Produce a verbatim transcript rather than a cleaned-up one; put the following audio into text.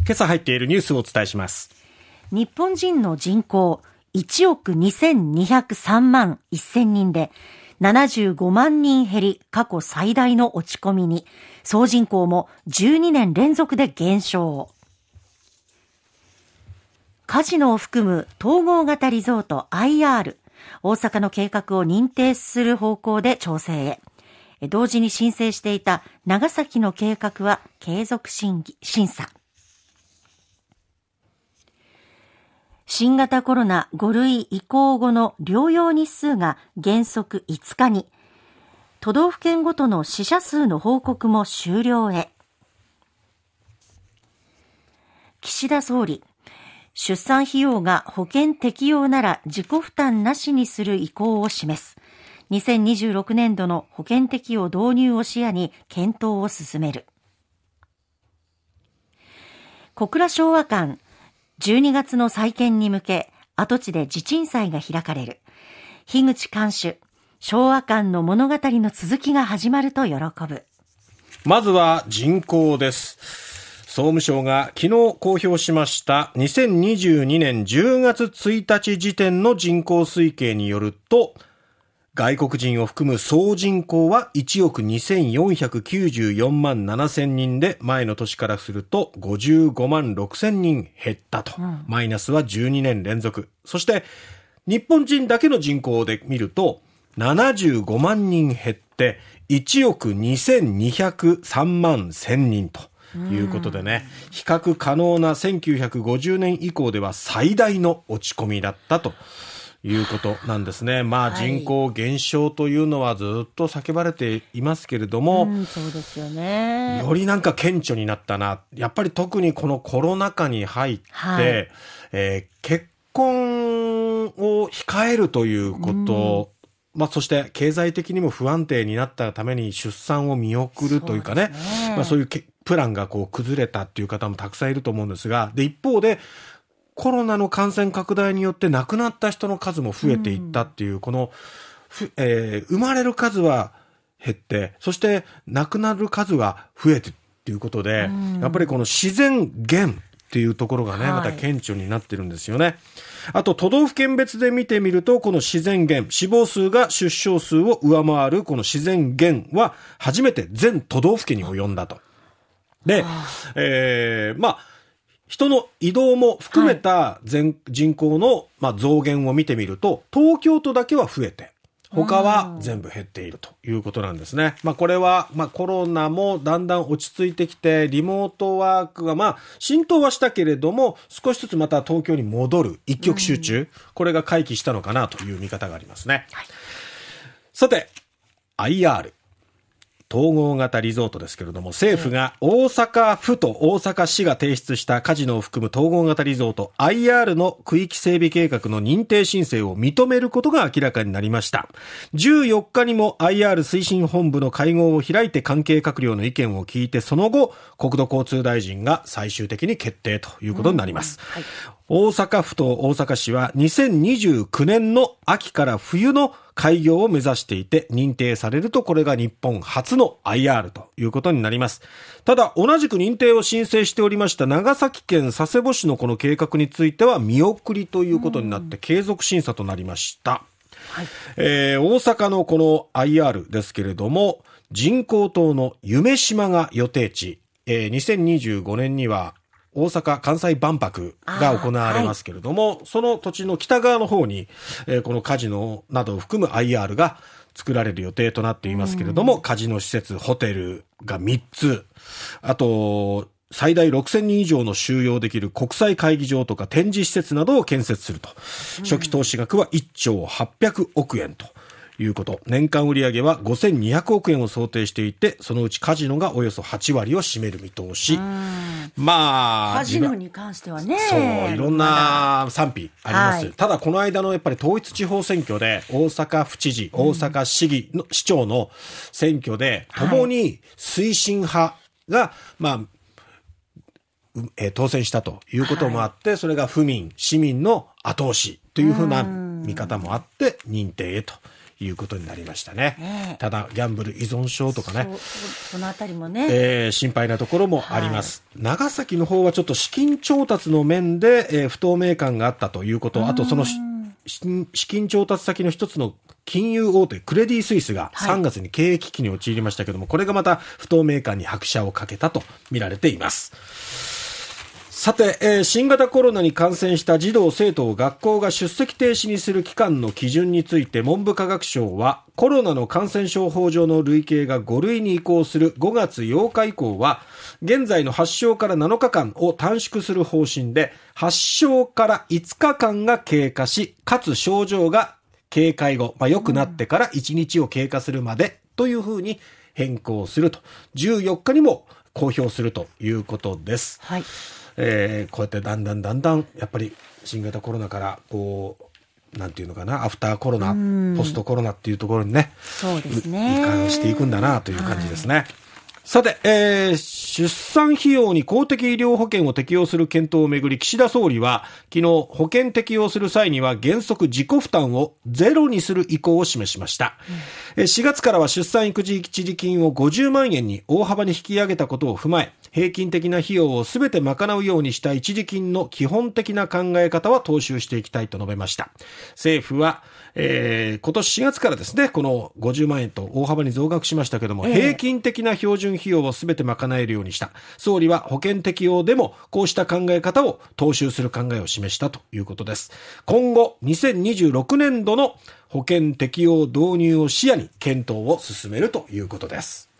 今朝入っているニュースをお伝えします。 日本人の人口いちおくにせんにひゃくさんまんせんにんでななじゅうごまんにん減り、過去最大の落ち込みに。総人口もじゅうにねん連続で減少。カジノを含む統合型リゾート アイアール、 大阪の計画を認定する方向で調整へ。同時に申請していた長崎の計画は継続審議審査。新型コロナご類移行後の療養日数が原則いつかに。都道府県ごとの死者数の報告も終了へ。岸田総理、出産費用が保険適用なら自己負担なしにする意向を示す。にせんにじゅうろくねんどの保険適用導入を視野に検討を進める。小倉昭和館、じゅうにがつの再建に向け、跡地で地鎮祭が開かれる。樋口館主、昭和館の物語の続きが始まると喜ぶ。 まずは人口です。総務省が昨日公表しましたにせんにじゅうにねんじゅうがつついたち時点の人口推計によると、外国人を含む総人口はいちおくにせんよんひゃくきゅうじゅうよんまんななせんにんで、前の年からするとごじゅうごまんろくせんにん減ったと、うん、マイナスはじゅうにねん連続。そして日本人だけの人口で見るとななじゅうごまんにん減っていちおくにせんにひゃくさんまんせんにんということでね、比較可能なせんきゅうひゃくごじゅうねん以降では最大の落ち込みだったということなんですね。まあ人口減少というのはずっと叫ばれていますけれども、 うん、そうですよね。 よりなんか顕著になったな。やっぱり特にこのコロナ禍に入って、はい、えー、結婚を控えるということ、うん、まあそして経済的にも不安定になったために出産を見送るというかね、そうですね。まあそういうプランがこう崩れたっていう方もたくさんいると思うんですが、で一方でコロナの感染拡大によって亡くなった人の数も増えていったっていう、うん、この、えー、生まれる数は減って、そして亡くなる数が増えてっていうことで、うん、やっぱりこの自然減っていうところがね、はい、また顕著になってるんですよね。あと都道府県別で見てみると、この自然減、死亡数が出生数を上回るこの自然減は初めて全都道府県に及んだと。で、えー、まあ人の移動も含めた全人口のまあ増減を見てみると、東京都だけは増えて、他は全部減っているということなんですね。まあこれはまあコロナもだんだん落ち着いてきて、リモートワークがまあ浸透はしたけれども、少しずつまた東京に戻る一極集中、これが回帰したのかなという見方がありますね。はい、さて アイアール、統合型リゾートですけれども、政府が大阪府と大阪市が提出したカジノを含む統合型リゾート アイアール の区域整備計画の認定申請を認めることが明らかになりました。じゅうよっかにも アイアール 推進本部の会合を開いて関係閣僚の意見を聞いて、その後国土交通大臣が最終的に決定ということになります。はい、大阪府と大阪市はにせんにじゅうきゅうねんの秋から冬の開業を目指していて、認定されるとこれが日本初の アイアール ということになります。ただ同じく認定を申請しておりました長崎県佐世保市のこの計画については見送りということになって継続審査となりました。はい、えー、大阪のこの アイアール ですけれども、人工島の夢洲が予定地、えー、にせんにじゅうごねんには大阪・関西万博が行われますけれども、はい、その土地の北側の方に、えー、このカジノなどを含む アイアール が作られる予定となっていますけれども、カジノ施設、ホテルがみっつ、あと最大ろくせんにん以上の収容できる国際会議場とか展示施設などを建設すると。初期投資額はいっちょうはっぴゃくおくえんということ。年間売上はごせんにひゃくおくえんを想定していて、そのうちカジノがおよそはちわりを占める見通し。まあカジノに関してはね、 そういろんな賛否あります、はい、ただこの間のやっぱり統一地方選挙で大阪府知事、大阪市議の、うん、市長の選挙でともに推進派が、まあえー、当選したということもあって、はい、それが府民市民の後押しというふうな見方もあって認定へということになりましたね。 ねただギャンブル依存症とかね、 そ, そのあたりもね、 えー、心配なところもあります、はい、長崎の方はちょっと資金調達の面で、えー、不透明感があったということ、あとその資金調達先の一つの金融大手クレディ・スイスがさんがつに経営危機に陥りましたけども、はい、これがまた不透明感に拍車をかけたと見られています。さて、えー、新型コロナに感染した児童生徒を学校が出席停止にする期間の基準について文部科学省は、コロナの感染症法上の類型がご類に移行するごがつようか以降は、現在の発症からなのかかんを短縮する方針で、発症からいつかかんが経過し、かつ症状が軽快後、まあ、良くなってからいちにちを経過するまでというふうに変更すると、じゅうよっかにも公表するということです。 はい、 えー、こうやってだんだんだんだんやっぱり新型コロナからこうなんていうのかな、アフターコロナ、ポストコロナっていうところにね、 そうですね、 移管していくんだなという感じですね。はい、さて、えー、出産費用に公的医療保険を適用する検討をめぐり、岸田総理は昨日保険適用する際には原則自己負担をゼロにする意向を示しました。うん、しがつからは出産育児一時金をごじゅうまんえんに大幅に引き上げたことを踏まえ、平均的な費用をすべて賄うようにした一時金の基本的な考え方は踏襲していきたいと述べました。政府は、えー、今年しがつからですね、このごじゅうまんえんと大幅に増額しましたけども、えー、平均的な標準費用をすべて賄えるようにした。総理は保険適用でもこうした考え方を踏襲する考えを示したということです。今後にせんにじゅうろくねんどの保険適用導入を視野に検討を進めるということです。